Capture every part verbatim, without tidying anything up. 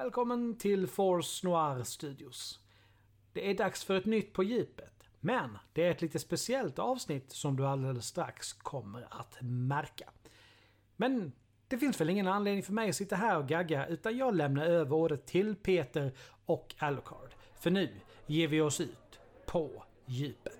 Välkommen till Force Noir Studios. Det är dags för ett nytt På djupet. Men det är ett lite speciellt avsnitt som du alldeles strax kommer att märka. Men det finns väl ingen anledning för mig att sitta här och gagga, utan jag lämnar över ordet till Peter och Alucard. För nu ger vi oss ut på djupet.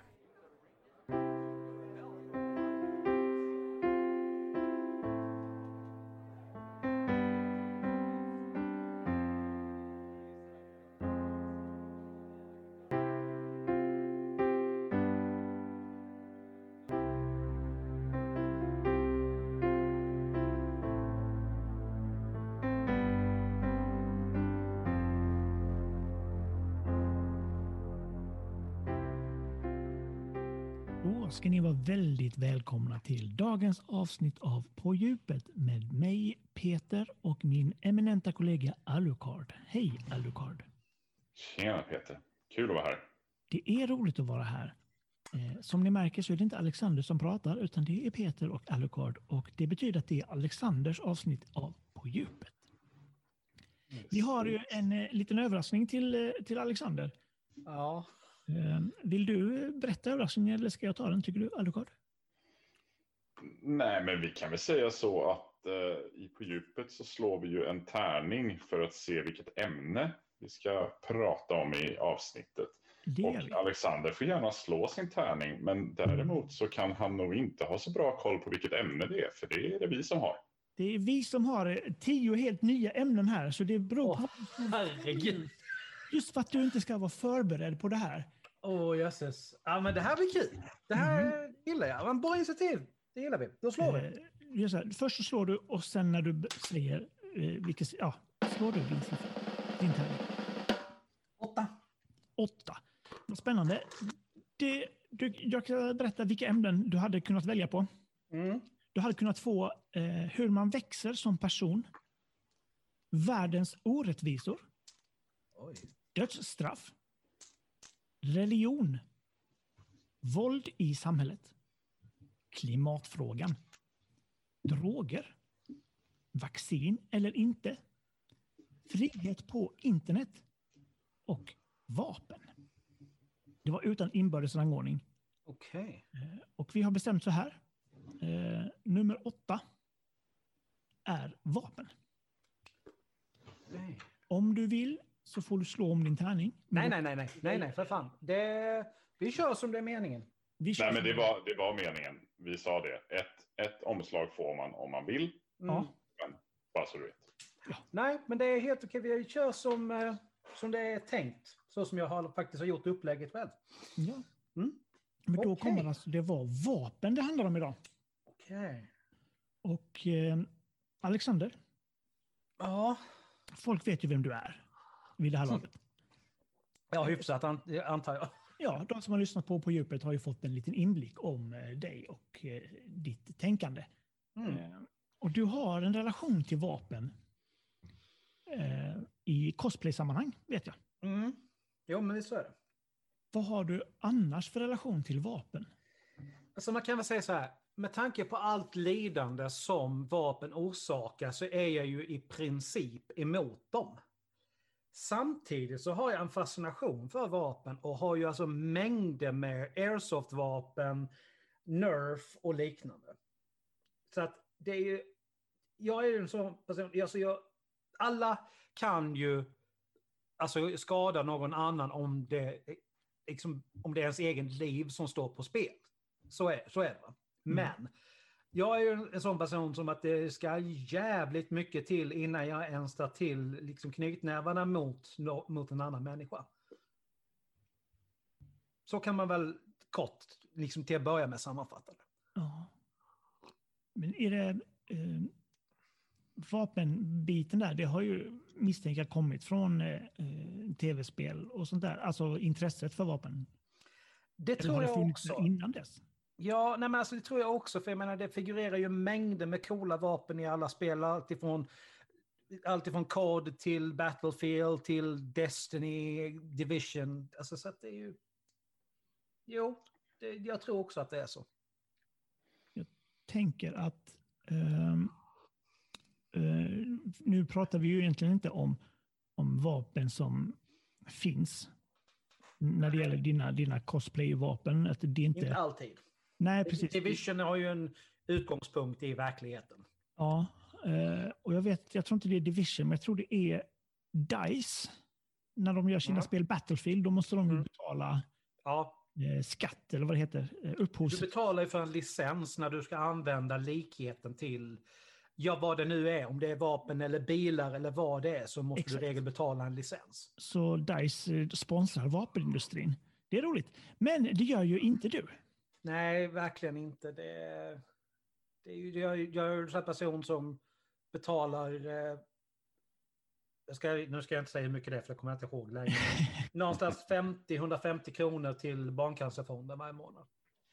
Då ska ni vara väldigt välkomna till dagens avsnitt av På djupet med mig, Peter, och min eminenta kollega Alucard. Hej Alucard! Tjena Peter, kul att vara här. Det är roligt att vara här. Eh, som ni märker så är det inte Alexander som pratar, utan det är Peter och Alucard. Och det betyder att det är Alexanders avsnitt av På djupet. Vi har ju en eh, liten överraskning till, eh, till Alexander. Ja. Vill du berätta överraskningen eller ska jag ta den, tycker du, Alucard? Nej, men vi kan väl säga så att eh, i På djupet så slår vi ju en tärning för att se vilket ämne vi ska prata om i avsnittet. Och Alexander får gärna slå sin tärning, men däremot så kan han nog inte ha så bra koll på vilket ämne det är, för det är det vi som har. Det är vi som har tio helt nya ämnen här, så det beror på... Åh, herregud. Just för att du inte ska vara förberedd på det här. Åh, oh, jösses. Ja, men det här blir kul. Det här mm. gillar jag. Men bra initiativ. Det gillar vi. Då slår vi. Eh, just här. Först så slår du och sen när du säger eh, vilket... Ja, slår du din siffra. Din tärning. Åtta. Åtta. Vad spännande. Det, du, jag kan berätta vilka ämnen du hade kunnat välja på. Mm. Du hade kunnat få eh, hur man växer som person. Världens orättvisor. Oj. Dödsstraff. Religion. Våld i samhället. Klimatfrågan. Droger. Vaccin eller inte. Frihet på internet. Och vapen. Det var utan inbördes rangordning. Okej. Okay. Och vi har bestämt så här. Eh, nummer åtta är vapen. Nej. Om du vill så får du slå om din tärning. Nej, nej, nej, nej, nej, nej, för fan. Det, vi kör som det är meningen. Vi nej, men det var, det var meningen. Vi sa det. Ett, ett omslag får man om man vill. Mm. Men bara så du vet. Ja. Nej, men det är helt okej. Vi kör som, eh, som det är tänkt. Så som jag har, faktiskt har gjort upplägget själv. Ja. Mm. Men då Okay. kommer alltså det vara vapen det handlar om idag. Okej. Okay. Och eh, Alexander. Ja. Folk vet ju vem du är vid det här laget. Ja, hyfsat antar jag. Ja, de som har lyssnat på På djupet har ju fått en liten inblick om eh, dig och eh, ditt tänkande. Mm. Eh, och du har en relation till vapen eh, i cosplay-sammanhang, vet jag. Mm. Jo, men visst är det. Vad har du annars för relation till vapen? Alltså man kan väl säga så här, med tanke på allt lidande som vapen orsakar så är jag ju i princip emot dem. Samtidigt så har jag en fascination för vapen och har ju alltså mängder med airsoft-vapen, nerf och liknande. Så att det är ju, jag är ju en sån person, alltså jag, alla kan ju alltså skada någon annan om det liksom, om det är ens egen liv som står på spel. Så är, så är det. Va? Men mm. jag är ju en sån person som att det ska jävligt mycket till innan jag ens tar till liksom knytnävarna mot, mot en annan människa. Så kan man väl kort liksom till att börja med sammanfatta det. Ja. Men är det eh, vapenbiten där, det har ju misstänkt att kommit från eh, tv-spel och sånt där, alltså intresset för vapen. Det Eller tror har det jag funnits också. Innan dess? Ja, nej men alltså det tror jag också, för jag menar det figurerar ju mängder med coola vapen i alla spel, alltifrån alltifrån C O D till Battlefield till Destiny, Division, alltså så att det är ju jo, det, jag tror också att det är så. Jag tänker att um, uh, nu pratar vi ju egentligen inte om om vapen som finns när det gäller dina, dina cosplay-vapen. Att det inte... inte alltid. Nej, precis. Division har ju en utgångspunkt i verkligheten. Ja, och jag vet, jag tror inte det är Division, men jag tror det är DICE. När de gör sina mm. spel Battlefield, då måste de mm. betala ja. skatt, eller vad det heter, upphovs... Du betalar ju för en licens när du ska använda likheten till, ja vad det nu är, om det är vapen eller bilar eller vad det är, så måste Exakt. du regel betala en licens. Så DICE sponsrar vapenindustrin. Det är roligt. Men det gör ju inte du. Nej, verkligen inte. Det är, det är ju, jag, jag är en person som betalar... Eh, jag ska, nu ska jag inte säga hur mycket det är, för det kommer jag inte ihåg längre. Någonstans femtio till hundrafemtio kronor till Barncancerfonden varje månad.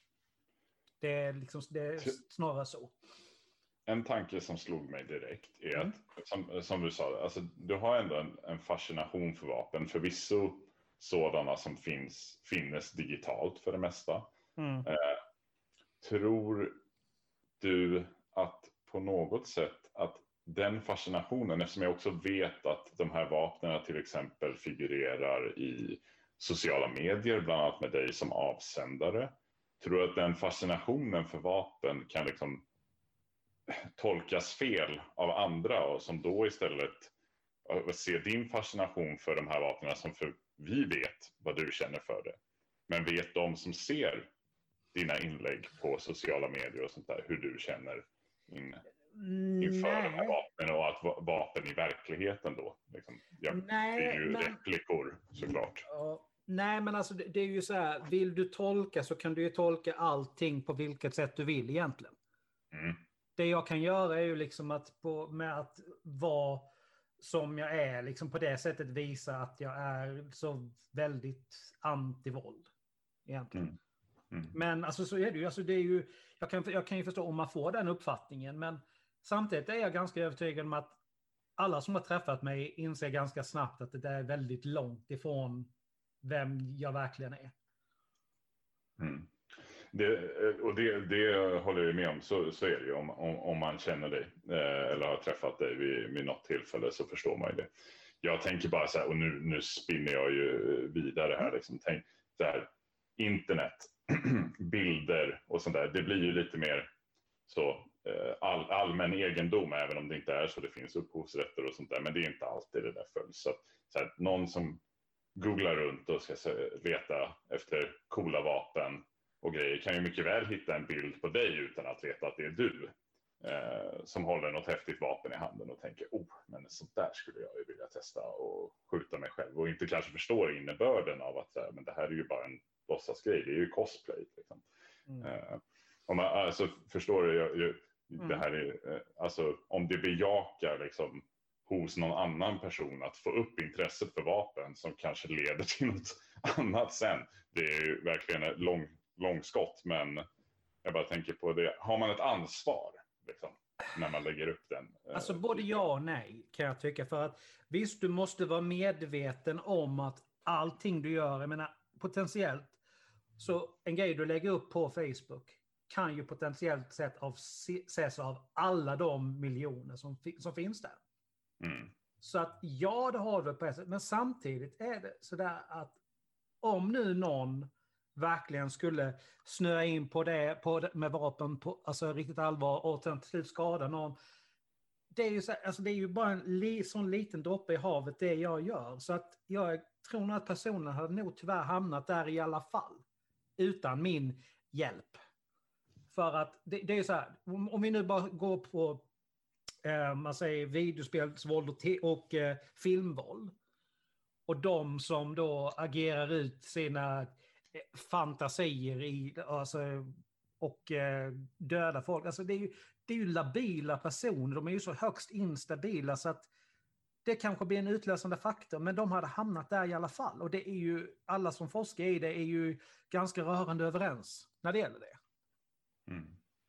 Det är, liksom, det är snarare så. En tanke som slog mig direkt är mm. att, som, som du sa, alltså, du har ändå en, en fascination för vapen. Förvisso sådana som finns, finnes digitalt för det mesta. Mm. Eh, tror du att på något sätt att den fascinationen, eftersom jag också vet att de här vapnen till exempel figurerar i sociala medier, bland annat med dig som avsändare, tror du att den fascinationen för vapen kan liksom tolkas fel av andra och som då istället ser din fascination för de här vapnen som för vi vet vad du känner för det, men vet de som ser dina inlägg på sociala medier och sånt där hur du känner in, inför Nej. de här vapnen och att vapen i verkligen då liksom, ja, Nej, det är ju men... replikor såklart. Ja. Nej, men alltså det, det är ju så här, vill du tolka så kan du ju tolka allting på vilket sätt du vill egentligen. Mm. Det jag kan göra är ju liksom att på, med att vara som jag är, liksom på det sättet visa att jag är så väldigt antivåld egentligen. Mm. Mm. Men alltså så är det ju, alltså det är ju jag kan, jag kan ju förstå om man får den uppfattningen, men samtidigt är jag ganska övertygad om att alla som har träffat mig inser ganska snabbt att det där är väldigt långt ifrån vem jag verkligen är. Mm. Det, och det, det håller jag med om, så, så är det ju om, om, om man känner dig eh, eller har träffat dig vid, vid något tillfälle så förstår man ju det. Jag tänker bara så här, och nu, nu spinner jag ju vidare här, liksom, tänk så här, internet, bilder och sånt där, det blir ju lite mer så eh, all, allmän egendom, även om det inte är så, det finns upphovsrätter och sånt där, men det är inte alltid det där följs. Så, så här, någon som googlar runt och ska leta efter coola vapen och grejer kan ju mycket väl hitta en bild på dig utan att veta att det är du eh, som håller något häftigt vapen i handen och tänker, oh, men sånt där skulle jag ju vilja testa och skjuta mig själv, och inte kanske förstår innebörden av att så här, men det här är ju bara en låtsasgrej, det är ju cosplay liksom. Mm. Eh, om man, alltså, förstår du, jag, jag, mm. det här är, eh, alltså om det bejakar liksom hos någon annan person att få upp intresset för vapen som kanske leder till något annat sen. Det är ju verkligen ett lång, långskott, men jag bara tänker på det. Har man ett ansvar liksom, när man lägger upp den? Alltså både ja och nej kan jag tycka, för att visst, du måste vara medveten om att allting du gör, jag menar potentiellt, så en grej du lägger upp på Facebook kan ju potentiellt sett av, ses av alla de miljoner som, som finns där. Mm. Så att ja, det har vi på det sättet. Men samtidigt är det sådär att om nu någon verkligen skulle snöa in på det, på det med vapen på alltså riktigt allvar och till slut skada någon, det är ju, så, alltså det är ju bara en li, sån liten droppe i havet det jag gör. Så att jag tror nog att personen hade nog tyvärr hamnat där i alla fall utan min hjälp. För att det, det är ju så här, om, om vi nu bara går på Eh, man säger videospelsvåld och, te- och eh, filmvåld. Och de som då agerar ut sina eh, fantasier i, alltså, och eh, döda folk. Alltså det är, ju, det är ju labila personer, de är ju så högst instabila så att det kanske blir en utlösande faktor, men de hade hamnat där i alla fall. Och det är ju, alla som forskar i det är ju ganska rörande överens när det gäller det. Mm.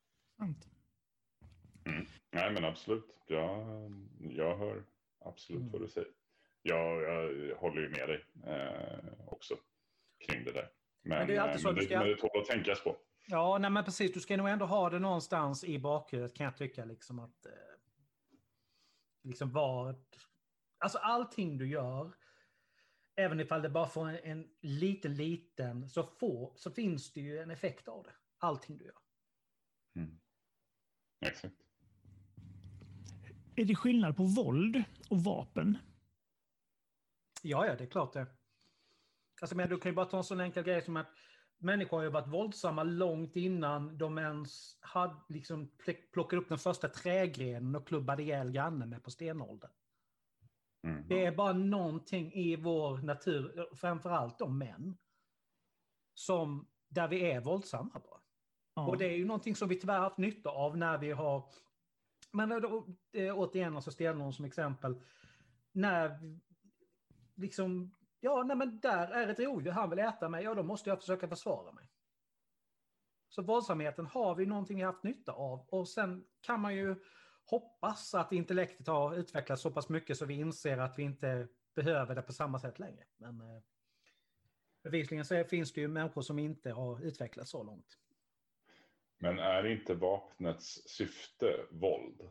Mm. Nej, men absolut. Jag, jag hör absolut mm. vad du säger. Jag, jag håller ju med dig eh, också kring det där. Men, men det är alltid så men, det, ska... men det tål att tänkas på. Ja, nej, men precis. Du ska nog ändå ha det någonstans i bakhuvudet, kan jag tycka. Liksom att eh, liksom var... Alltså allting du gör, även ifall det bara får en, en liten, liten, så, få, så finns det ju en effekt av det. Allting du gör. Mm. Exakt. Är det skillnad på våld och vapen? Ja, ja, det är klart det. Alltså, men du kan ju bara ta en sån enkel grej som att människor har ju varit våldsamma långt innan de ens hade liksom plockat upp den första trägrenen och klubbade ihjäl grannen med på stenåldern. Mm. Det är bara någonting i vår natur, framförallt de män, som där vi är våldsamma bara. Ja. Och det är ju någonting som vi tyvärr haft nytta av när vi har, men då, äh, återigen alltså stenåldern som exempel, när vi, liksom, ja nej men där är ett rovdjur, han vill äta mig, ja då måste jag försöka försvara mig. Så våldsamheten har vi någonting vi haft nytta av, och sen kan man ju hoppas att intellektet har utvecklats så pass mycket så vi inser att vi inte behöver det på samma sätt längre. Men eh, bevisligen så finns det ju människor som inte har utvecklats så långt. Men är inte vapnets syfte våld?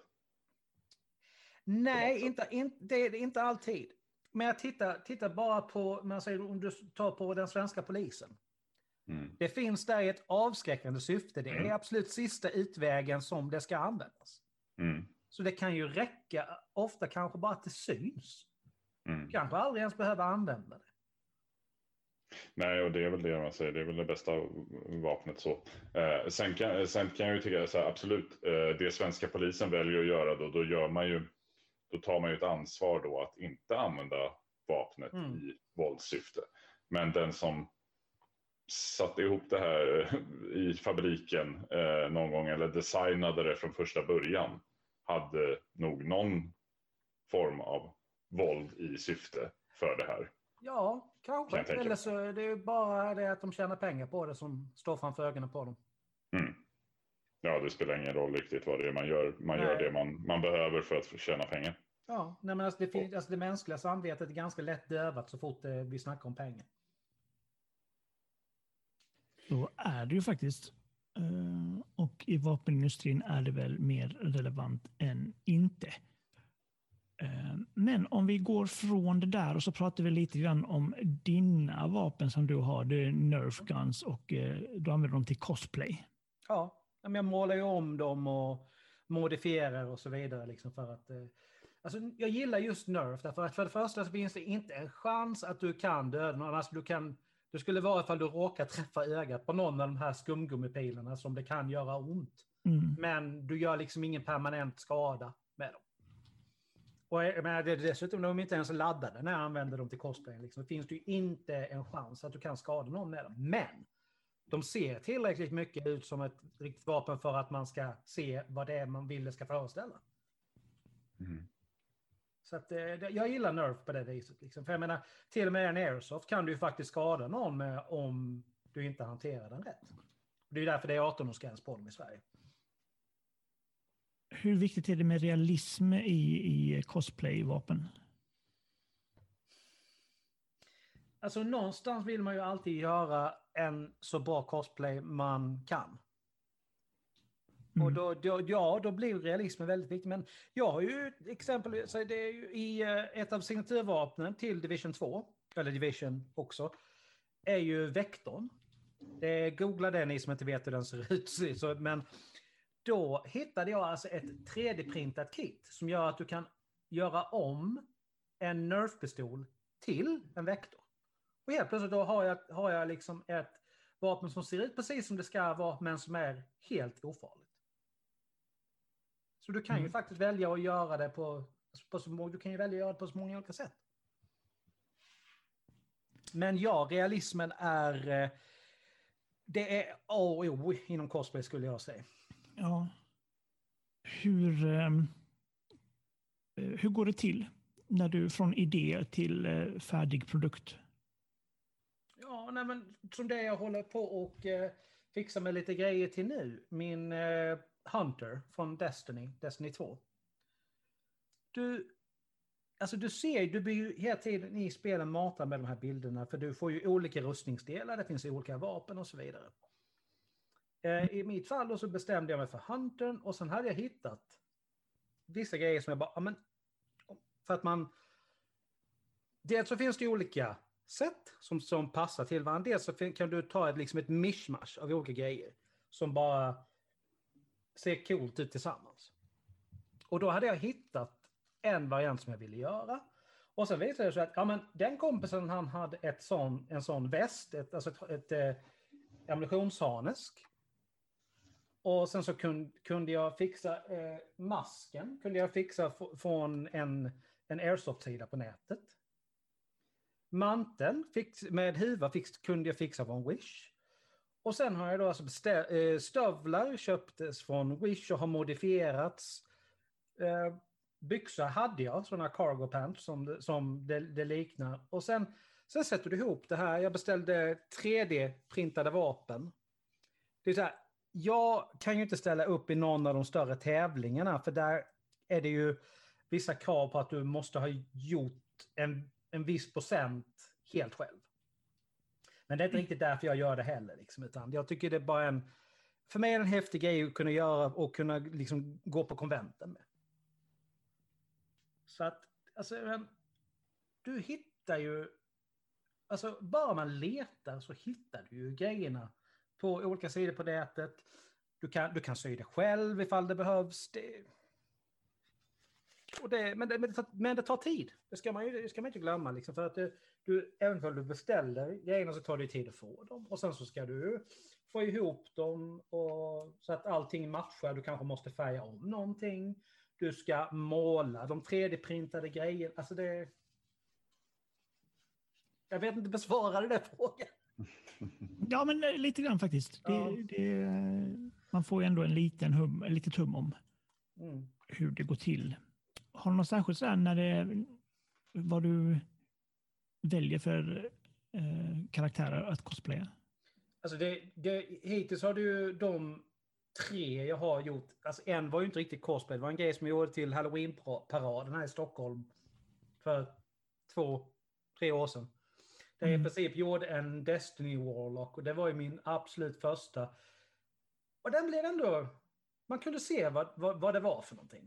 Nej, inte, inte, det är inte alltid. Men jag tittar, tittar bara på, man säger, om du tar på den svenska polisen. Mm. Det finns där ett avskräckande syfte. Det är Mm. absolut sista utvägen som det ska användas. Mm. Så det kan ju räcka, ofta kanske bara att det syns. Mm. Kanske aldrig ens behöva använda det. Nej, och det är väl det man säger. Det är väl det bästa vapnet så. Eh, sen, kan, sen kan jag ju tycka så här, absolut, eh, det svenska polisen väljer att göra då, då gör man ju, då tar man ju ett ansvar då att inte använda vapnet Mm. i våldssyfte. Men den som satte ihop det här i fabriken eh, någon gång, eller designade det från första början, hade nog någon form av våld i syfte för det här. Ja, kanske. Kan Eller så är det ju bara det att de tjänar pengar på det som står framför ögonen på dem. Mm. Ja, det spelar ingen roll riktigt vad det är man gör. Man Nej. gör det man, man behöver för att tjäna pengar. Ja, nej, men alltså det, alltså det mänskliga samvetet är ganska lätt dövat så fort det, vi snackar om pengar. Så är det ju faktiskt. Och i vapenindustrin är det väl mer relevant än inte. Men om vi går från det där och så pratar vi lite grann om dina vapen som du har. Det är Nerf Guns och du använder dem till cosplay. Ja, men jag målar ju om dem och modifierar och så vidare. Liksom för att, alltså, jag gillar just Nerf därför att för det första så finns det inte en chans att du kan döda någon. Alltså, du, kan, du skulle vara ifall du råkar träffa ögat på någon av de här skumgummipilarna som det kan göra ont. Mm. Men du gör liksom ingen permanent skada med dem. Och jag menar, det är dessutom de är inte ens laddade när jag använder dem till cosplay. Liksom. Det finns det ju inte en chans att du kan skada någon med dem. Men de ser tillräckligt mycket ut som ett riktigt vapen för att man ska se vad det är man vill det ska föreställa. Mm. Så att, eh, jag gillar Nerf på det viset. Liksom. För jag menar, till och med en airsoft kan du ju faktiskt skada någon med om du inte hanterar den rätt. Det är därför det är arton-årsgräns på dem i Sverige. Hur viktigt är det med realism i, i cosplay-vapen? Alltså någonstans vill man ju alltid göra en så bra cosplay man kan. Mm. Och då, då, ja, då blir realismen väldigt viktig. Men jag har ju exempel, så det är ju i ett av signaturvapnen till Division två, eller Division också, är ju vektorn. Det, googla det ni som inte vet hur den ser ut. Så, men då hittade jag alltså ett tre D-printat kit som gör att du kan göra om en Nerf-pistol till en vektor. Och helt plötsligt då har jag, har jag liksom ett vapen som ser ut precis som det ska vara men som är helt ofarligt. Så du kan mm. ju faktiskt välja att göra det på, på så, du kan ju välja att göra det på så många olika sätt. Men ja, realismen är det är A och O inom cosplay skulle jag säga. Ja. Hur, um, hur går det till när du från idé till uh, färdig produkt? Ja, nej, men som det jag håller på och uh, fixar med lite grejer till nu. Min uh, Hunter från Destiny, Destiny två. Du, alltså du ser, du blir ju hela tiden i spelen matad med de här bilderna för du får ju olika rustningsdelar, det finns olika vapen och så vidare. I mitt fall då så bestämde jag mig för Huntern och sen hade jag hittat vissa grejer som jag bara, ja, men, för att man, dels så finns det olika sätt som, som passar till varandra. Dels så kan du ta ett, liksom ett mishmash av olika grejer som bara ser coolt ut tillsammans. Och då hade jag hittat en variant som jag ville göra. Och sen visade det sig att ja, men den kompisen han hade ett sån, en sån väst, ett, alltså ett, ett, ett ammunitionsharnesk. Och sen så kunde, kunde jag fixa eh, masken, kunde jag fixa f- från en, en airsoft-sida på nätet. Manteln fick, med huva fick, kunde jag fixa från Wish. Och sen har jag då alltså bestä- eh, stövlar köptes från Wish och har modifierats. Eh, byxor hade jag, sådana cargo pants som, som det, det liknar. Och sen, sen sätter du ihop det här. Jag beställde tre D-printade vapen. Det är så här, jag kan ju inte ställa upp i någon av de större tävlingarna, för där är det ju vissa krav på att du måste ha gjort en, en viss procent helt själv. Men det är inte riktigt därför jag gör det heller. Liksom, utan jag tycker det är bara en, för mig är det en häftig grej att kunna göra och kunna liksom gå på konventen med. Så att, alltså, du hittar ju, alltså bara man letar så hittar du ju grejerna på olika sidor på nätet. Du kan, du kan sy det själv ifall det behövs. Det, och det, men, det, men, det tar, men det tar tid. Det ska man ju det ska man inte glömma. Liksom, för att det, du, även om du beställer grejerna så tar det tid att få dem. Och sen så ska du få ihop dem och, så att allting matchar. Du kanske måste färga om någonting. Du ska måla de tre D-printade grejerna. Alltså det... Jag vet inte, besvara det där frågan. Ja, men lite grann faktiskt. Ja. Det, det, man får ju ändå en liten hum, en liten tum om Mm. hur det går till. Har du något särskilt så här när det, vad du väljer för eh, karaktärer att cosplaya? Alltså det, det, hittills har du ju de tre jag har gjort. Alltså en var ju inte riktigt cosplay. Det var en grej som jag gjorde till Halloween-paraden här i Stockholm för två, tre år sedan. Där jag i princip gjorde en Destiny Warlock och det var ju min absolut första. Och den blev ändå, man kunde se vad, vad, vad det var för någonting.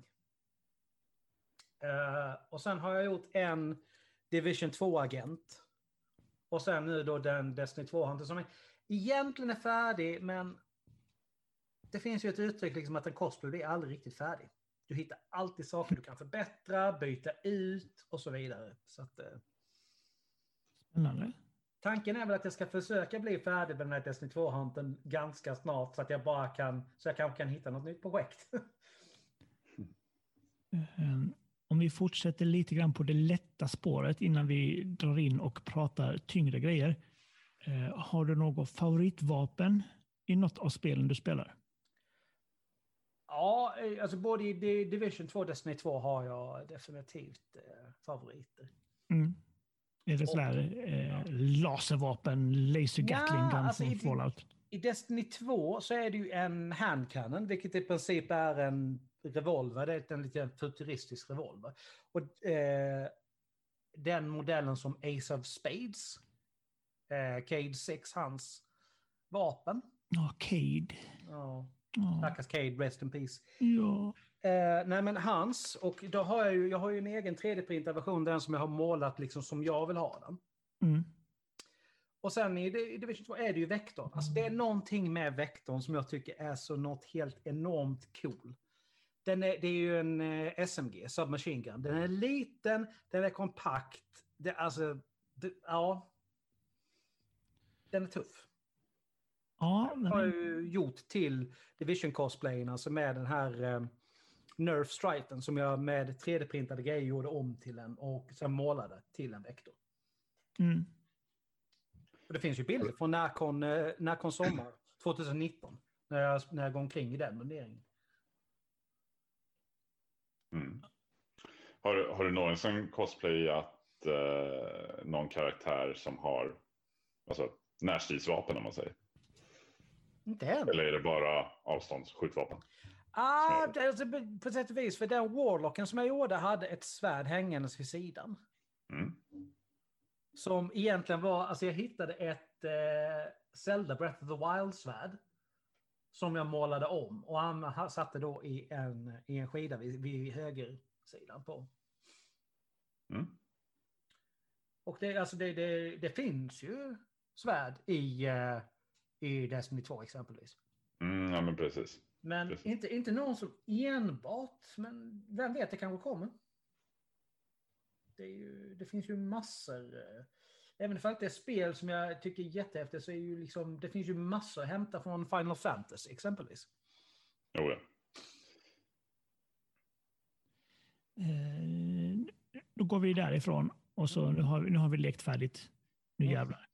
Uh, och sen har jag gjort en Division två-agent. Och sen nu då den Destiny två-hunter som är, egentligen är färdig, men det finns ju ett uttryck liksom att en cosplay är aldrig riktigt färdig. Du hittar alltid saker du kan förbättra, byta ut och så vidare. Så att, uh, Spännande. tanken är väl att jag ska försöka bli färdig med den här Destiny två-hunten ganska snart så att jag bara kan, så jag kanske kan hitta något nytt projekt. um. Om vi fortsätter lite grann på det lätta spåret innan vi drar in och pratar tyngre grejer. Eh, har du något favoritvapen i något av spelen du spelar? Ja, alltså både i Division två och Destiny två har jag definitivt eh, favoriter. Mm. Är det sådär eh, laservapen, laser gatling Ja, gun alltså från i, Fallout? I Destiny två så är det ju en handcannon, vilket i princip är en revolver. Det är en lite futuristisk revolver. Och eh, den modellen som Ace of Spades, eh, Cade sex, hans vapen. Ja, Cade. Ja, Ja. stackars Cade, rest in peace. Ja. Eh, nej men hans, och då har jag ju, jag har ju en egen tre D-printad version, den som jag har målat liksom som jag vill ha den. Mm. Och sen i Division två är det ju vektorn. Alltså det är någonting med vektorn som jag tycker är så något helt enormt cool. Den är, det är ju en eh, S M G, Submachine Gun. Den är liten, den är kompakt. Det, alltså, det, ja. Den är tuff. Ja, Jag har ju gjort till Division cosplayen, alltså med den här eh, Nerf Stripen som jag med tre D-printade grejer gjorde om till en och sen målade till en vektor. Mm. Och det finns ju bilder från Närcon, eh, Närcon sommar tjugonitton när jag, när jag går omkring i den munderingen. Mm. Har, har du någonsin cosplayat eh, någon karaktär som har alltså, närstridsvapen om man säger? Inte än. Eller är det bara avståndsskjutvapen? Ah, det, alltså, på sätt och vis, för den Warlocken som jag gjorde hade ett svärd hängandes vid sidan. Mm. Som egentligen var, alltså jag hittade ett eh, Zelda Breath of the Wild-svärd som jag målade om. Och han satte då i en, i en skida vid, vid högersidan på. Mm. Och det, alltså det, det, det finns ju svärd i, uh, i Destiny två exempelvis. Mm, ja, men precis. Men precis. Inte, inte någon som enbart, men vem vet, det kanske kommer. Det, är ju, det finns ju massor. Uh, även för att det är spel som jag tycker är jättehäftigt, så är ju liksom, det finns ju massor att hämta från Final Fantasy exempelvis. Jo, ja. Eh, då går vi därifrån och så nu har, nu har vi lekt färdigt. Nu jävlar.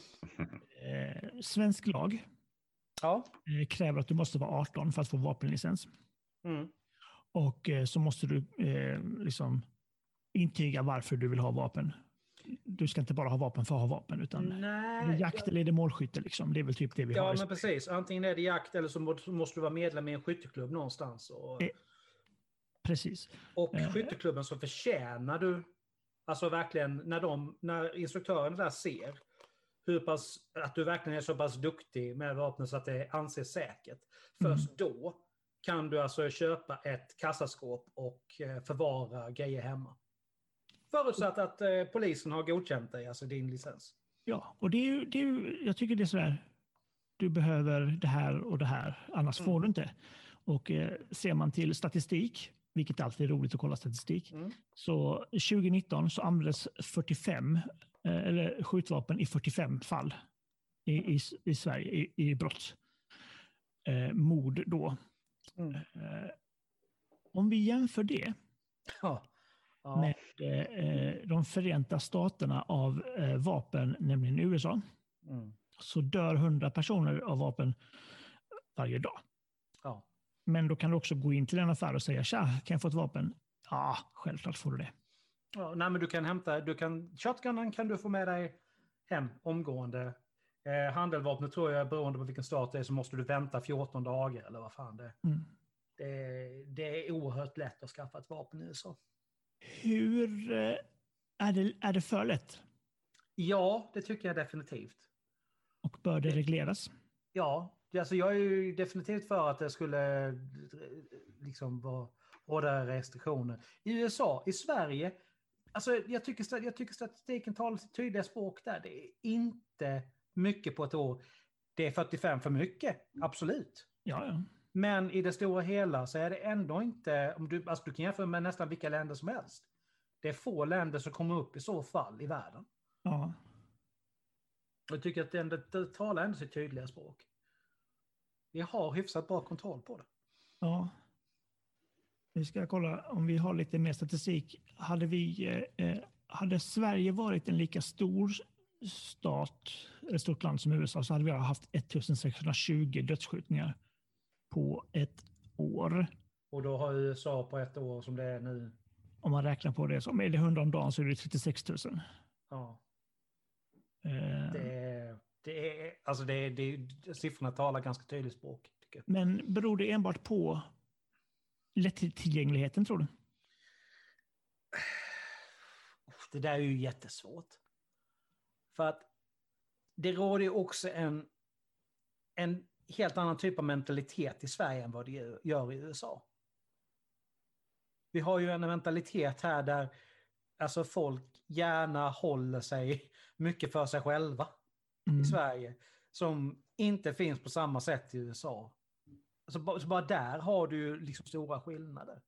Eh, svensk lag ja. eh, kräver att du måste vara arton för att få vapenlicens. Mm. Och eh, så måste du eh, liksom intyga varför du vill ha vapen. Du ska inte bara ha vapen för att ha vapen, utan Nej, är det jakt jag... eller är det målskytte liksom. Det är väl typ det vi ja, har. Ja, men precis. Antingen är det jakt eller så måste du vara medlem i en skytteklubb någonstans. Och... Eh, precis. Och skytteklubben så förtjänar du, alltså verkligen, när, de, när instruktörerna där ser hur pass, att du verkligen är så pass duktig med vapnet så att det anses säkert. Först mm. då kan du alltså köpa ett kassaskåp och förvara grejer hemma. Förutsatt att eh, polisen har godkänt dig, alltså din licens. Ja, och det är ju, det är ju, jag tycker det är sådär, du behöver det här och det här, annars mm. får du inte. Och eh, ser man till statistik, vilket alltid är roligt att kolla statistik, mm. så tjugonitton så användes fyrtiofem, eh, eller skjutvapen i fyrtiofem fall i, mm. i, i Sverige, i, i brott. Eh, mord då. Mm. Eh, om vi jämför det ja. Ja. med eh, de förenta staterna av eh, vapen, nämligen U S A, mm. så dör hundra personer av vapen varje dag. Ja. Men då kan du också gå in till en affär och säga, tja, kan jag få ett vapen? Ja, självklart får du det. Ja, nej, men du kan hämta, du kan, shotgunnen kan du få med dig hem omgående. Eh, handeldvapnet tror jag, beroende på vilken stat det är, så måste du vänta fjorton dagar eller vad fan det är. Mm. Det, det är oerhört lätt att skaffa ett vapen i U S A. Hur är det, är det för lätt? Ja, det tycker jag definitivt. Och bör det regleras? Ja, alltså jag är ju definitivt för att det skulle liksom vara hårdare restriktioner. I U S A, i Sverige, alltså jag tycker, jag tycker statistiken talar sitt tydliga språk där. Det är inte mycket på ett år. Det är fyrtiofem för mycket, absolut. Ja, ja. Men i det stora hela så är det ändå inte, om du, alltså du kan jämföra med nästan vilka länder som helst. Det är få länder som kommer upp i så fall i världen. Ja. Jag tycker att det, ändå, det talar ändå sitt tydliga språk. Vi har hyfsat bra kontroll på det. Ja. Vi ska kolla om vi har lite mer statistik. Hade, vi, eh, hade Sverige varit en lika stor stat, ett stort land som U S A, så hade vi haft ettusensexhundratjugo dödsskjutningar på ett år. Och då har U S A på ett år som det är nu. Om man räknar på det, så om är det hundra om dagen så är det trettiosex tusen. Ja. Eh. Det är, det är, alltså det är, det är, siffrorna talar ganska tydligt språk. Tycker jag. Men beror det enbart på lättillgängligheten, tror du? Det där är ju jättesvårt. För att det råder ju också en, en helt annan typ av mentalitet i Sverige än vad det gör i U S A. Vi har ju en mentalitet här där alltså folk gärna håller sig mycket för sig själva mm. i Sverige, som inte finns på samma sätt i U S A. Så bara, så bara där har du ju liksom stora skillnader.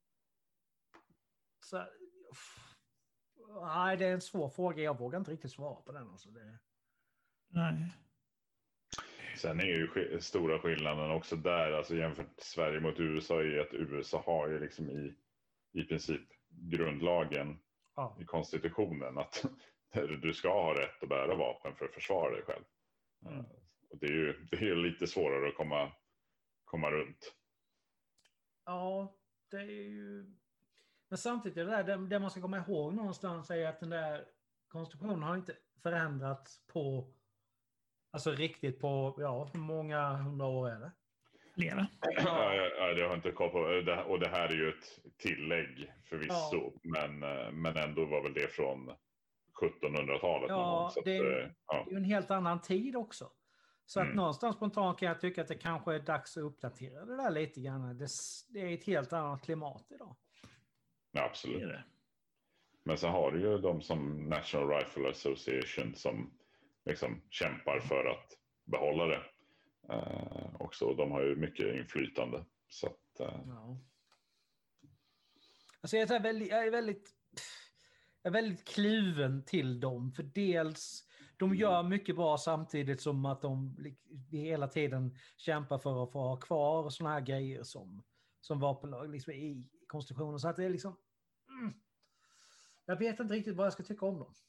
Så, nej, det är en svår fråga. Jag vågar inte riktigt svara på den. Alltså det... Nej. Sen är ju stora skillnaden också där, alltså jämfört Sverige mot U S A, är att U S A har ju liksom i, i princip grundlagen, ja. i konstitutionen, att du ska ha rätt att bära vapen för att försvara dig själv. Mm. Och det är ju det är lite svårare att komma, komma runt. Ja, det är ju... Men samtidigt är det där, det man ska komma ihåg någonstans är att den där konstitutionen har inte förändrats på, alltså riktigt på, ja, hur många hundra år är det? Flera. Ja, ja, jag har inte koll på det, och det här är ju ett tillägg förvisso, ja. men, men ändå var väl det från sjuttonhundratalet. Ja, så det, är, att, ja. det är en helt annan tid också. Så mm. att någonstans spontant kan jag tycka att det kanske är dags att uppdatera det där lite grann. Det, det är ett helt annat klimat idag. Ja, absolut. Det är det. Men så har du ju de som National Rifle Association som liksom kämpar för att behålla det eh, också. De har ju mycket inflytande. Så att, eh... ja. Alltså jag är väldigt, jag är väldigt, jag är väldigt kluven till dem. För dels, de gör mycket bra samtidigt som att de hela tiden kämpar för att få ha kvar såna här grejer som, som vapenlag liksom i konstitutionen. Så att det är liksom... Mm, jag vet inte riktigt vad jag ska tycka om dem.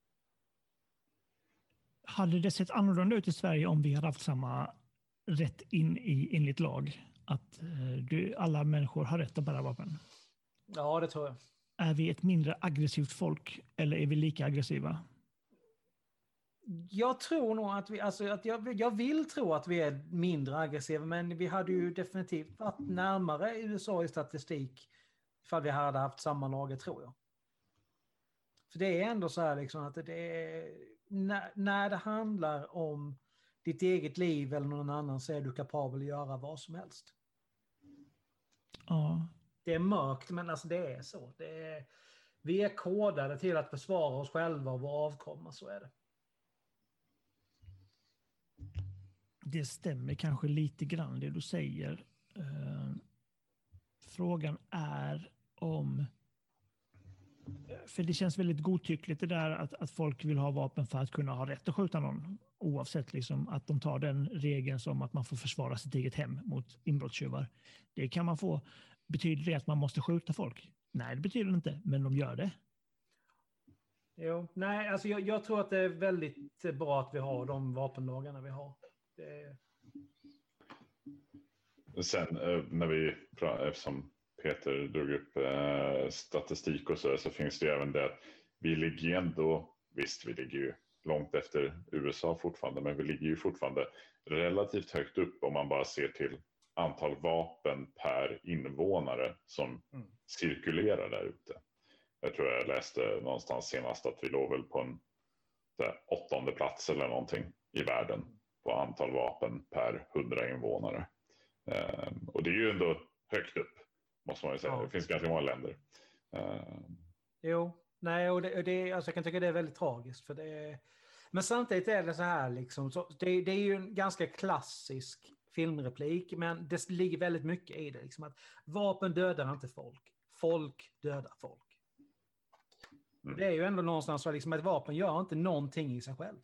Hade det sett annorlunda ut i Sverige om vi hade haft samma rätt in i enligt lag? Att eh, du, alla människor har rätt att bära vapen? Ja, det tror jag. Är vi ett mindre aggressivt folk eller är vi lika aggressiva? Jag tror nog att vi, alltså att jag, jag vill tro att vi är mindre aggressiva, men vi hade ju definitivt varit närmare U S A i statistik ifall vi hade haft samma lager, tror jag. För det är ändå så här liksom att det är, när, när det handlar om ditt eget liv eller någon annan så är du kapabel att göra vad som helst. Ja. Det är mörkt, men alltså det är så. Det är, vi är kodade till att försvara oss själva och vår avkomma, så är det. Det stämmer kanske lite grann det du säger. Uh, frågan är om... För det känns väldigt godtyckligt det där att, att folk vill ha vapen för att kunna ha rätt att skjuta någon. Oavsett liksom att de tar den regeln som att man får försvara sitt eget hem mot inbrottstjuvar. Det kan man få. Betyder det att man måste skjuta folk? Nej, det betyder det inte, men de gör det. Jo, nej, alltså jag, jag tror att det är väldigt bra att vi har de vapenlagarna vi har. Det är... Sen när vi, eftersom Peter drog upp eh, statistik och så, så finns det ju även det att vi ligger ändå, visst vi ligger ju långt efter U S A fortfarande, men vi ligger ju fortfarande relativt högt upp om man bara ser till antal vapen per invånare som mm. cirkulerar där ute. Jag tror jag läste någonstans senast att vi låg väl på en där, åttonde plats eller någonting i världen på antal vapen per hundra invånare. Eh, och det är ju ändå högt upp, måste man ju säga. Ja. Det finns ganska många länder. Uh... Jo, nej, och det, det, alltså jag kan tycka det är väldigt tragiskt. För det är... Men samtidigt är det så här, liksom, så det, det är ju en ganska klassisk filmreplik, men det ligger väldigt mycket i det. Liksom, att vapen dödar inte folk. Folk dödar folk. Mm. Det är ju ändå någonstans så liksom, att vapen gör inte någonting i sig själv.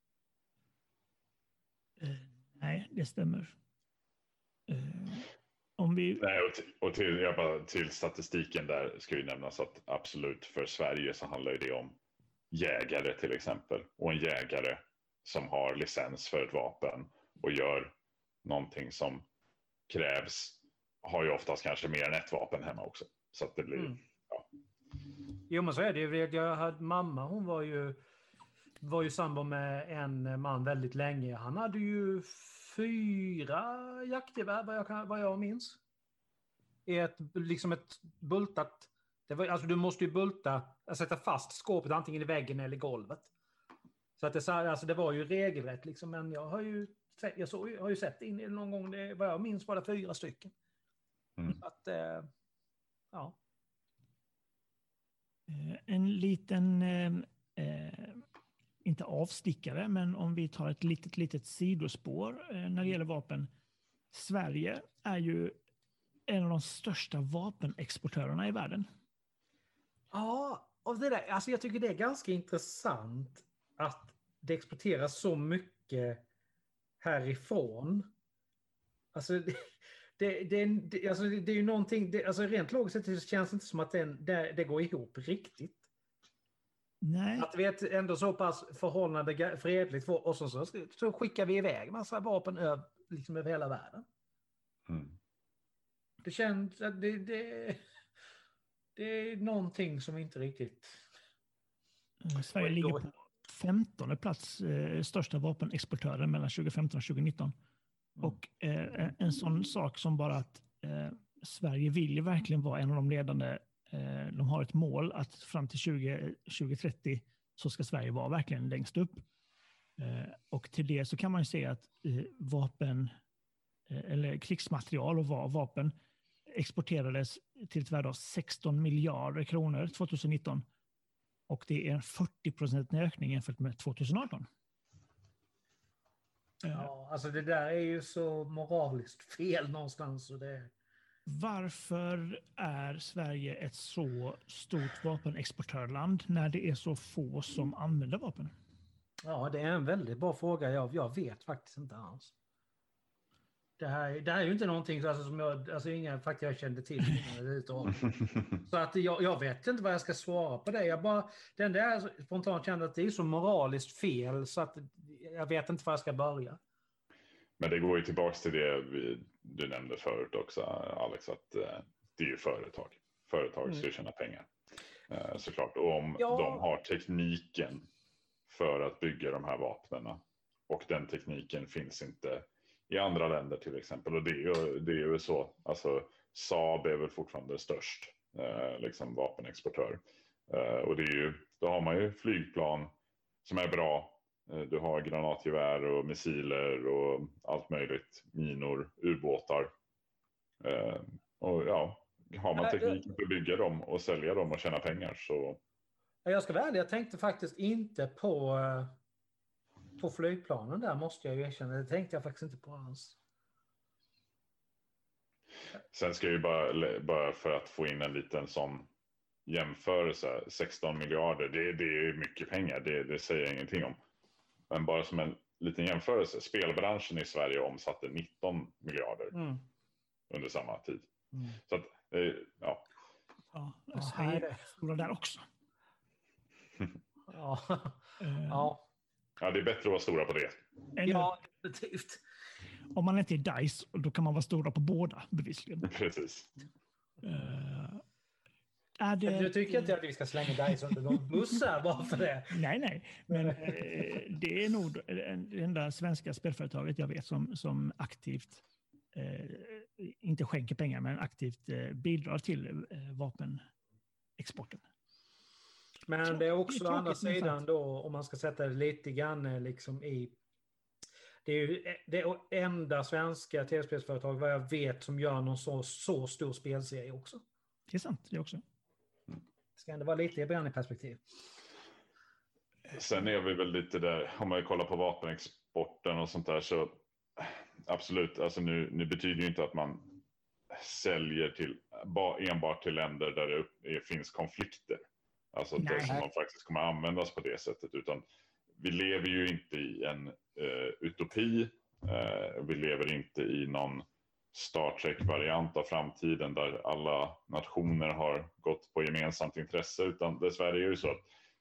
Uh, nej, det stämmer. Uh... Om vi... Nej, och, till, och till, jag bara, till statistiken där ska ju nämnas att absolut för Sverige så handlar det om jägare till exempel. Och en jägare som har licens för ett vapen och gör någonting som krävs har ju oftast kanske mer än ett vapen hemma också. Så att det blir... Mm. Ja. Jo, men så är det ju. Jag hade mamma, hon var ju, var ju sambo med en man väldigt länge. Han hade ju... fyra jaktgevär vad jag, kan, vad jag minns. Ett, liksom ett bultat... Det var, alltså du måste ju bulta, sätta fast skåpet antingen i väggen eller i golvet. Så att det, alltså det var ju regelrätt liksom, men jag har ju, jag så, jag har ju sett in någon gång, det, vad jag minns var det fyra stycken. Mm. Så att, eh, ja. En liten... Eh, inte avstickare, men om vi tar ett litet, litet sidospår eh, när det gäller vapen. Sverige är ju en av de största vapenexportörerna i världen. Ja, och det där, alltså jag tycker det är ganska intressant att det exporteras så mycket härifrån. Alltså det, det, det, det, alltså det är ju någonting, det, alltså rent logiskt sett känns det inte som att den, det, det går ihop riktigt. Nej. Att vi är ändå så pass förhållande fredligt och så, så, så skickar vi iväg massa vapen över, liksom över hela världen. Mm. Det känns att det, det, det är någonting som inte riktigt... Mm, Sverige ligger på femtonde plats eh, största vapenexportören mellan tjugo femton och tjugo nitton. Mm. Och eh, en sån sak som bara att eh, Sverige vill ju verkligen vara en av de ledande. De har ett mål att fram till tjugo trettio så ska Sverige vara verkligen längst upp. Och till det så kan man ju se att vapen eller krigsmaterial och vapen exporterades till ett värde av sexton miljarder kronor tjugonitton. Och det är en fyrtio procent ökning jämfört med tjugoarton. Ja, alltså det där är ju så moraliskt fel någonstans. Och det... Varför är Sverige ett så stort vapenexportörland när det är så få som använder vapen? Ja, det är en väldigt bra fråga. Jag, jag vet faktiskt inte alls. Det här, det här är ju inte någonting alltså, som jag, alltså inga fakta jag kände till innan. Så att jag, jag vet inte vad jag ska svara på det. Jag bara, den där spontant kände att det är så moraliskt fel så att jag vet inte var jag ska börja. Men det går ju tillbaka till det vi, du nämnde förut också, Alex, att eh, det är ju företag. Företag ska ju tjäna pengar, eh, såklart. Och om ja. de har tekniken för att bygga de här vapnena och den tekniken finns inte i andra länder till exempel. Och det är ju, det är ju så, alltså Saab är väl fortfarande störst eh, liksom vapenexportör. Eh, och det är ju, då har man ju flygplan som är bra. Du har granatgevär och missiler och allt möjligt. Minor, ubåtar. Eh, och ja, har man tekniken för att bygga dem och sälja dem och tjäna pengar så... Jag ska vara ärlig, jag tänkte faktiskt inte på, på flygplanen där måste jag ju erkänna. Det tänkte jag faktiskt inte på alls. Sen ska jag ju bara, bara för att få in en liten sån jämförelse. sexton miljarder, det, det är mycket pengar. Det, det säger jag ingenting om. Men bara som en liten jämförelse. Spelbranschen i Sverige omsatte nitton miljarder mm. under samma tid. Mm. Så att, eh, ja. Ja, Sverige är stora där också. ja. ja. Ja, det är bättre att vara stora på det. Ja, definitivt. Om man inte är DICE, då kan man vara stora på båda, bevisligen. Precis. Uh, är det... Du tycker inte att vi ska slänga DICE under någon bussar bara för det? Nej, nej. Men uh, det är nog det enda svenska spelföretaget jag vet som, som aktivt, uh, inte skänker pengar, men aktivt uh, bidrar till uh, vapenexporten. Men så, det är också det å andra sidan då, om man ska sätta det lite grann liksom i... Det är ju det enda svenska tv-spelsföretag vad jag vet som gör någon så, så stor spelserie också. Det är sant, det också. Det ska ändå vara lite i perspektiv. Sen är vi väl lite där, om man kollar på vapenexporten och sånt där så absolut, alltså nu, nu betyder ju inte att man säljer till, enbart till länder där det är, finns konflikter. Alltså det som man faktiskt kommer användas på det sättet, utan vi lever ju inte i en uh, utopi. Uh, vi lever inte i någon Star Trek-variant av framtiden där alla nationer har gått på gemensamt intresse, utan dessvärre är det så att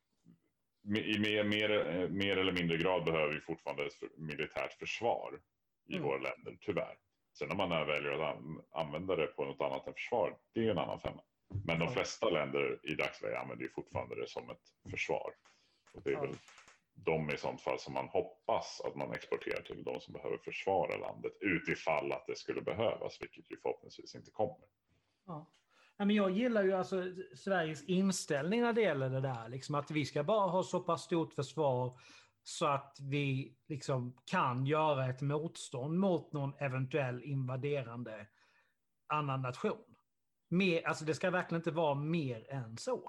i mer, mer, mer eller mindre grad behöver vi fortfarande ett militärt försvar i mm. våra länder, tyvärr. Sen om man väljer att använda det på något annat än försvar, det är en annan femma. Men de flesta länder i dagsläget använder ju fortfarande det som ett försvar. Och det är väl de i sånt fall som man hoppas att man exporterar till, de som behöver försvara landet utifall att det skulle behövas, vilket ju förhoppningsvis inte kommer. Ja. Men jag gillar ju alltså Sveriges inställning när det gäller det där, liksom att vi ska bara ha så pass stort försvar så att vi liksom kan göra ett motstånd mot någon eventuell invaderande annan nation. Mer, alltså det ska verkligen inte vara mer än så.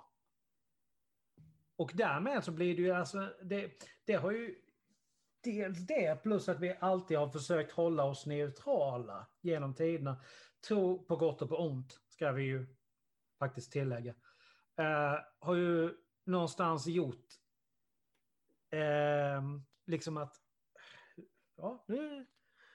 Och därmed så blir det ju alltså, det, det har ju dels det plus att vi alltid har försökt hålla oss neutrala genom tiderna. Tro på gott och på ont ska vi ju faktiskt tillägga. Uh, har ju någonstans gjort uh, liksom att ja, nu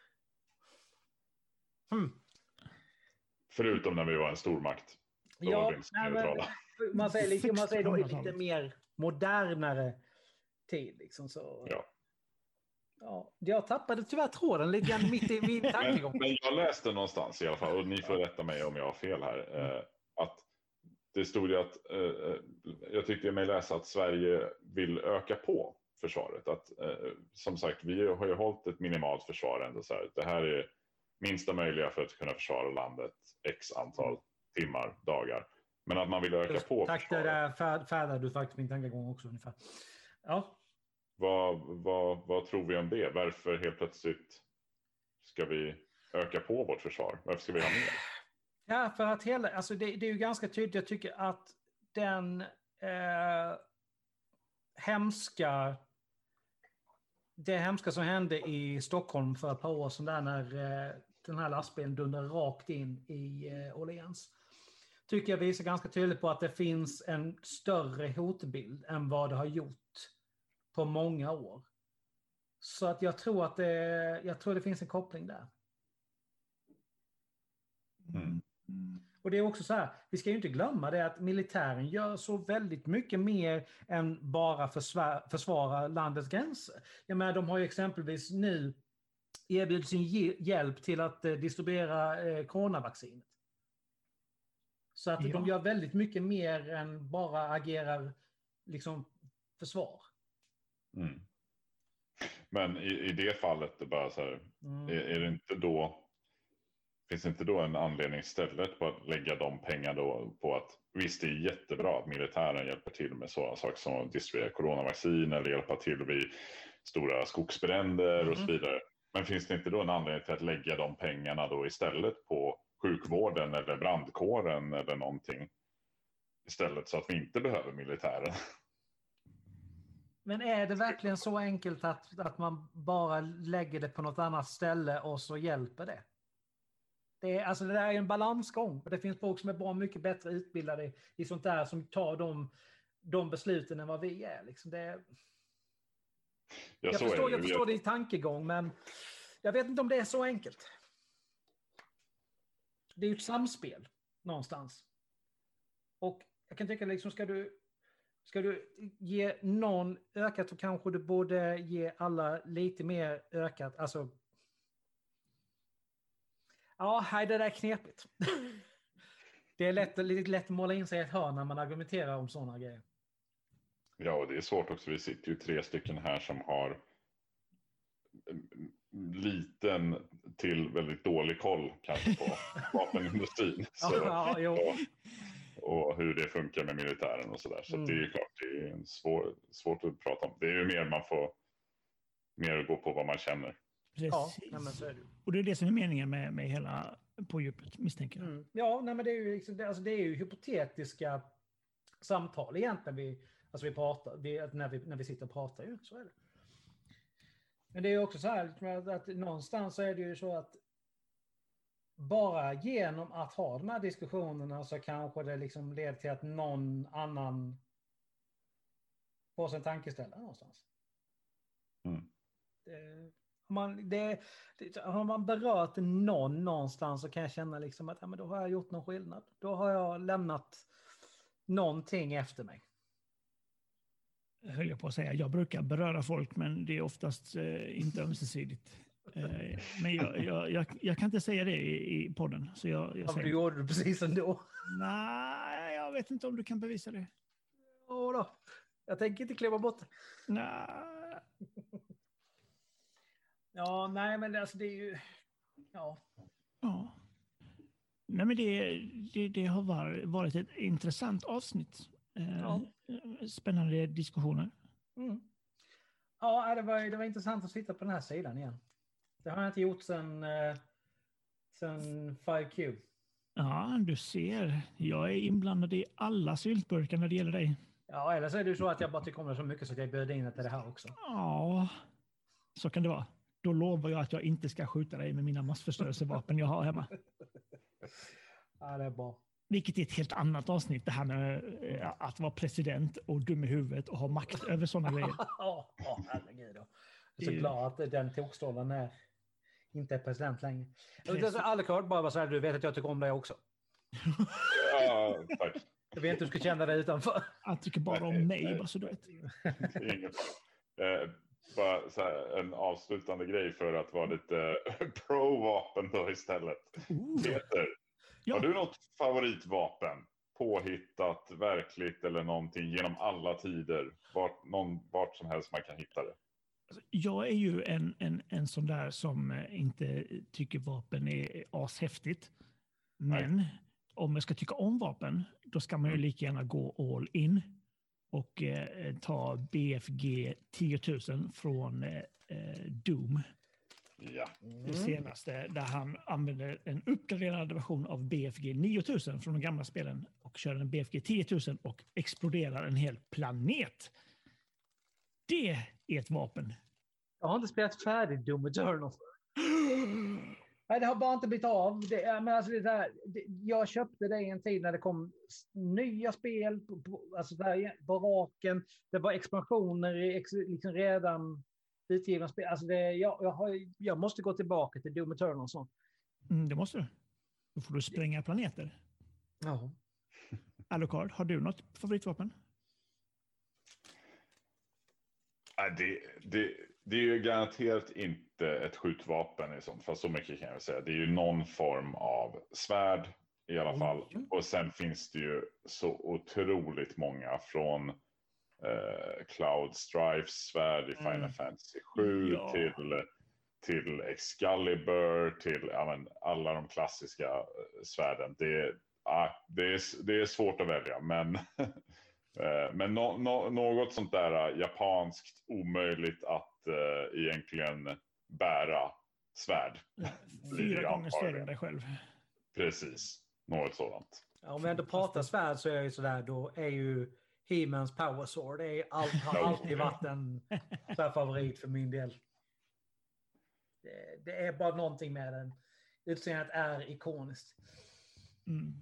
hmm. Förutom när vi var en stormakt. Ja, nej, men, man säger, liksom, man säger då i lite mer modernare tid. Liksom, så. Ja. Ja, jag tappade tyvärr tråden lite grann mitt i min tankegång. Men, men jag läste någonstans i alla fall, och ni får rätta mig om jag har fel här, eh, att det stod ju att, eh, jag tyckte mig läsa att Sverige vill öka på försvaret. Att, eh, som sagt, vi har ju hållit ett minimalt försvar ändå så här. Det här är minsta möjliga för att kunna försvara landet x antal timmar, dagar. Men att man vill öka Just, på tack, försvaret. Tack, det där färdar du faktiskt min tankegång också ungefär. Ja. Vad, vad, vad tror vi om det? Varför helt plötsligt ska vi öka på vårt försvar? Varför ska vi ha mer? Ja, för att hela, alltså det, det är ju ganska tydligt. Jag tycker att den, eh, hemska det hemska som hände i Stockholm för ett par år sedan där när eh, den här lastbilen dundrade rakt in i eh, Åhléns. Tycker jag visar ganska tydligt på att det finns en större hotbild än vad det har gjort på många år. Så att jag tror att det, jag tror det finns en koppling där. Mm. Och det är också så här, vi ska ju inte glömma det att militären gör så väldigt mycket mer än bara försvara, försvara landets gränser. Jag menar, de har ju exempelvis nu erbjudit sin hjälp till att eh, distribuera eh, coronavaccinet. Så att ja. de gör väldigt mycket mer än bara agerar liksom försvar. Mm. Men i, i det fallet, det bara så här, mm. är, är det inte då, finns det inte då en anledning istället på att lägga de pengar då på att, visst det är jättebra att militären hjälper till med sådana saker som att distribuera coronavaccin eller hjälpa till vid stora skogsbränder mm. och så vidare. Men finns det inte då en anledning till att lägga de pengarna då istället på sjukvården eller brandkåren eller någonting istället så att vi inte behöver militären? Men är det verkligen så enkelt att, att man bara lägger det på något annat ställe och så hjälper det? Det, är, alltså det där är en balansgång. Och det finns folk som är bra mycket bättre utbildade i sånt där som tar de, de besluten än vad vi är. Liksom det är... Jag, jag förstår, jag förstår det i tankegång, men jag vet inte om det är så enkelt. Det är ju ett samspel någonstans. Och jag kan tycka liksom, ska du Ska du ge någon ökat så kanske du borde ge alla lite mer ökat. Alltså. Ja, det där är knepigt. Det är lätt, lite lätt att måla in sig i ett hörn när man argumenterar om sådana grejer. Ja, och det är svårt också. Vi sitter ju tre stycken här som har liten till väldigt dålig koll kanske på vapenindustrin. Så, ja, jo. Och, och hur det funkar med militären och sådär. Så, så mm. det är ju klart, det är en svår, svårt att prata om. Det är ju mer man får mer gå på vad man känner. Precis. Ja, men så är det. Och det är det som är meningen med, med hela på djupet, misstänker jag. Mm. Ja, nej, men det är ju liksom, det, alltså det är ju hypotetiska samtal egentligen vi, alltså vi pratar, vi, när, vi, när vi sitter och pratar ju, så är det. Men det är ju också så här att, att någonstans så är det ju så att bara genom att ha de här diskussionerna så kanske det liksom leder till att någon annan får sin tankeställare någonstans. Mm. Det, om, man, det, det, har man berört någon någonstans så kan jag känna liksom att ja, men då har jag gjort någon skillnad. Då har jag lämnat någonting efter mig. Höll jag på att säga. Jag brukar beröra folk, men det är oftast eh, inte ömsesidigt. Eh, men jag, jag, jag, jag kan inte säga det i, i podden. Så jag, jag ja, säger... du gjorde det precis ändå. Nej, jag vet inte om du kan bevisa det. Ja då. Jag tänker inte kliva bort det. Nej. Ja, nej, men alltså det är ju... Ja. Ja. Nej, men det, det, det har varit ett intressant avsnitt. Ja. Spännande diskussioner. Mm. Ja, det var, det var intressant att sitta på den här sidan igen. Det har jag inte gjort sedan, eh, sedan fem Q. Ja, du ser. Jag är inblandad i alla syltburkar när det gäller dig. Ja, eller så är det så att jag bara tycker om det så mycket så att jag bjöd in till det här också. Ja, så kan det vara. Då lovar jag att jag inte ska skjuta dig med mina massförstörelsevapen jag har hemma. Ja, det är bra. Vilket är ett helt annat avsnitt, det här med att vara president och dum i huvudet och ha makt över sådana grejer. Ja, oh, herregud. Då. Jag är så glad att den tokstrålen är inte är president längre. Alucard, bara så här, du vet att jag tycker om dig också. Ja, tack. Jag vet inte hur du ska känna dig utanför. Jag tycker bara om mig, bara så du vet. Inget. Eh, bara så här, en avslutande grej för att vara lite pro-vapen då istället. Uh. Peter, ja. Har du något favoritvapen? Påhittat, verkligt eller någonting genom alla tider? Vart, någon, vart som helst man kan hitta det. Jag är ju en, en, en sån där som inte tycker vapen är ashäftigt. Men Nej. om jag ska tycka om vapen, då ska man ju lika gärna gå all in och eh, ta B F G tio tusen från eh, Doom. Ja. Mm. Det senaste, där han använder en uppgraderad version av B F G nio tusen från de gamla spelen och kör en B F G tio tusen och exploderar en hel planet. Det är ett vapen. Jag har inte spelat färdigt Doom Eternal. Nej, det har bara inte blivit av. Det, men alltså det där, det, jag köpte det i en tid när det kom nya spel på, på, alltså där, på raken. Det var expansioner i liksom redan utgivna spel. Alltså det, jag, jag, har, jag måste gå tillbaka till Doom Eternal och sånt. Mm, det måste du. Då får du spränga planeter. Ja. Alucard, har du något favoritvapen? Nej, det, det, det är ju garanterat inte ett skjutvapen i sånt, fast så mycket kan jag säga. Det är ju någon form av svärd i alla fall. Mm. Och sen finns det ju så otroligt många från eh, Cloud Strifes svärd i Final mm. Fantasy sju ja. till, till Excalibur, till ja, men, alla de klassiska svärden. Det, ja, det, är, det är svårt att välja, men... Men no, no, något sånt där japanskt omöjligt att uh, egentligen bära svärd. Fyra gånger större än dig själv. Precis, något sådant. Ja, om vi ändå pratar svärd så är det ju sådär, då är ju He-Mans Power Sword. Det är all, har alltid varit en favorit för min del. Det, det är bara någonting med den. Utseendet är ikoniskt. Mm.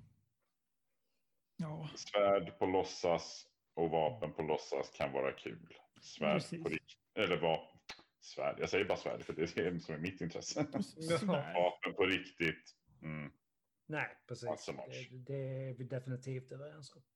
Ja. Svärd på låtsas och vapen på låtsas kan vara kul. Svärd Precis. På riktigt. Eller vad? Svärd. Jag säger bara svärd för det är det som är mitt intresse. Vapen på riktigt. Mm. Nej, precis. Det, det är vi definitivt överens om.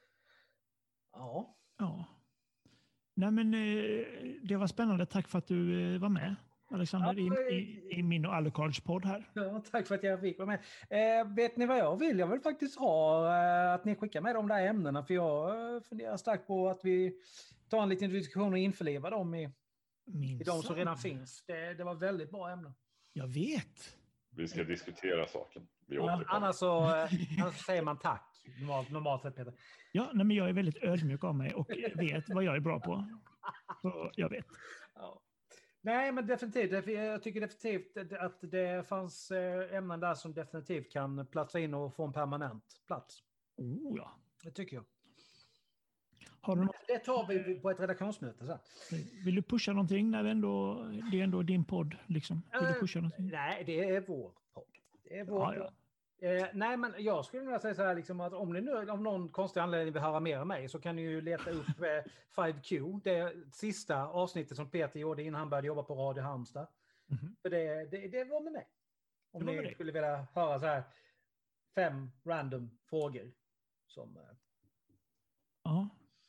Ja. Ja. Nej, men det var spännande. Tack för att du var med, Alexander, ja, i, i, i min och Alucards podd här. Ja, tack för att jag fick vara med. Eh, vet ni vad jag vill? Jag vill faktiskt ha eh, att ni skickar med de där ämnena, för jag eh, funderar starkt på att vi tar en liten diskussion och införlevar dem i, i de som redan finns. Det, det var väldigt bra ämnen. Jag vet. Vi ska diskutera saken. Vi ja, annars, så, eh, annars så säger man tack. Normalt, normalt sett, Peter. Ja, nej, men jag är väldigt ödmjuk av mig och vet vad jag är bra på. Så jag vet. Ja. Nej, men definitivt. Jag tycker definitivt att det fanns ämnen där som definitivt kan platsa in och få en permanent plats. Oh ja. Det tycker jag. Har du något? Det tar vi på ett redaktionsmöte. Så. Vill du pusha någonting när vi ändå, det är ändå din podd? Liksom. Vill du pusha någonting? Uh, nej, det är vår podd. Det är vår ja, ja. Eh, nej, men jag skulle vilja säga så här liksom, att om ni nu av någon konstig anledning vill höra mer av mig så kan ni ju leta upp eh, five Q, det sista avsnittet som Peter gjorde innan han började jobba på Radio Halmstad. Mm-hmm. För det, det, det var med mig. Om ni med skulle vilja höra så här fem random frågor som... Eh... Ja.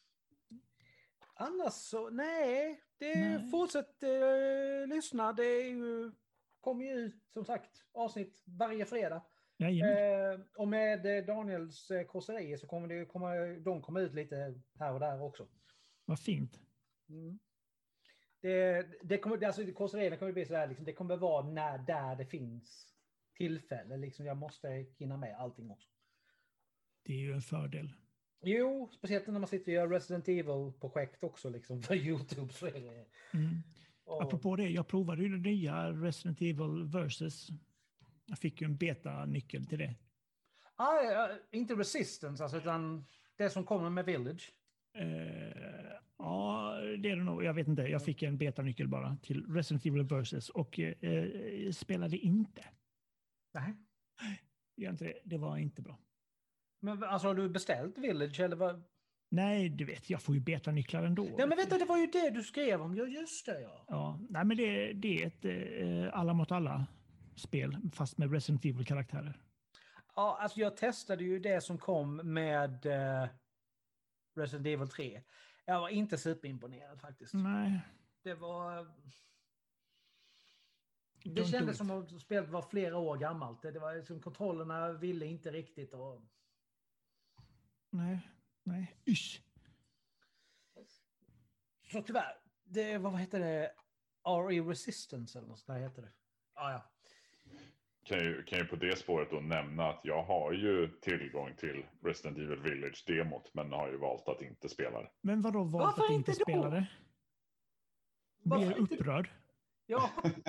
Annars så, nej, det nej. Fortsätt eh, lyssna. Det är ju, kommer ju ut som sagt avsnitt varje fredag. Eh, och med Daniels eh, korserier så kommer det komma, de komma ut lite här och där också. Vad fint. Mm. Det, det kommer, alltså korserierna kommer bli så där, liksom, det kommer vara när, där det finns tillfälle. Liksom, jag måste hinna med allting också. Det är ju en fördel. Jo, speciellt när man sitter och gör Resident Evil-projekt också liksom, för YouTube. Så är det. Mm. Och... Apropå det, jag provade ju det nya Resident Evil versus... Jag fick ju en beta-nyckel till det. Ah, inte Resistance, alltså, utan det som kommer med Village. Uh, ja, det är det nog. Jag vet inte. Jag fick en beta-nyckel bara till Resident Evil versus och uh, spelade inte. Nej. Jag inte, det var inte bra. Men alltså, har du beställt Village eller vad? Nej, du vet, jag får ju beta-nycklar ändå. Ja, men vet du, det var ju det du skrev om. Ja, just det, ja. Ja, nej, men det, det är ett uh, alla mot alla spel, fast med Resident Evil-karaktärer. Ja, alltså jag testade ju det som kom med uh, Resident Evil tre. Jag var inte superimponerad faktiskt. Nej. Det var... Det Don't kändes som att spelet var flera år gammalt. Det var liksom, kontrollerna ville inte riktigt och... Nej, nej. Ish. Så tyvärr, det vad heter det? R E Resistance eller något sånt där heter det. Ah, ja. Kan ju, kan ju på det spåret då nämna att jag har ju tillgång till Resident Evil Village-demot, men har ju valt att inte spela det. Men vadå valt Varför att inte inte spela det? Blir upprörd? Ja.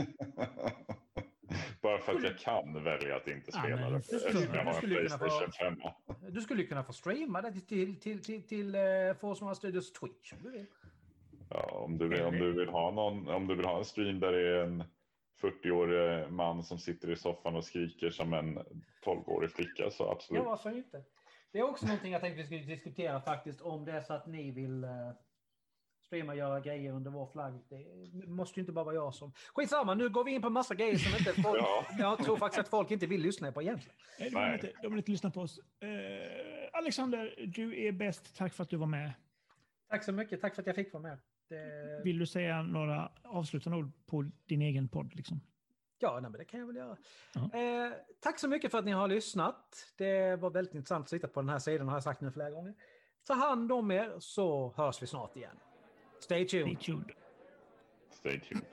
Bara för att jag kan välja att inte spela ja, det. Du skulle, jag har en PlayStation fem. Du skulle kunna få streama det till, till, till, till, till uh, Force Studios Twitch. Ja, om du vill, om du vill ha någon, om du vill ha en stream där det är en fyrtio-årig man som sitter i soffan och skriker som en tolv-årig flicka, så absolut. Ja, varför inte? Det är också någonting jag tänkte vi skulle diskutera faktiskt, om det är så att ni vill uh, streama och göra grejer under vår flagg. Det måste ju inte bara vara jag som... Skitsamma, nu går vi in på massa grejer som inte folk... ja. Jag tror faktiskt att folk inte vill lyssna på egentligen. Nej, de, vill inte, de vill inte lyssna på oss. Uh, Alexander, du är bäst. Tack för att du var med. Tack så mycket. Tack för att jag fick vara med. Det... Vill du säga några avslutande ord på din egen podd? Liksom? Ja, nej, men det kan jag väl göra. Uh-huh. Eh, tack så mycket för att ni har lyssnat. Det var väldigt intressant att sitta på den här sidan, har jag sagt nu flera gånger. Ta hand om er, så hörs vi snart igen. Stay tuned. Stay tuned. Stay tuned.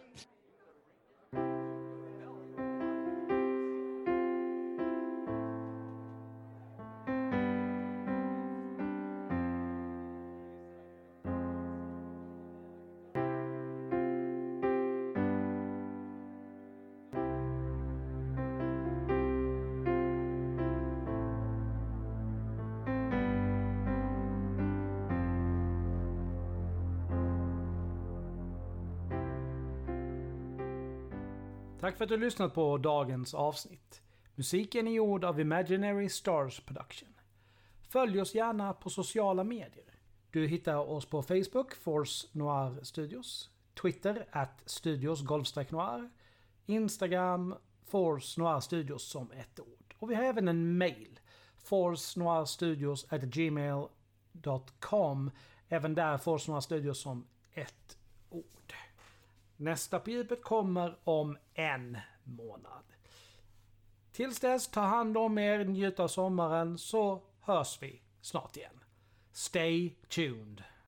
Tack för att du har lyssnat på dagens avsnitt. Musiken är gjord av Imaginary Stars Production. Följ oss gärna på sociala medier. Du hittar oss på Facebook, Force Noir Studios, Twitter, at Studios Golfstreck Noir, Instagram, Force Noir Studios som ett ord. Och vi har även en mail, force noir studios at gmail dot com. Även där Force Noir Studios som ett ord. Nästa på djupet kommer om en månad. Tills dess, ta hand om er, njut av sommaren, så hörs vi snart igen. Stay tuned.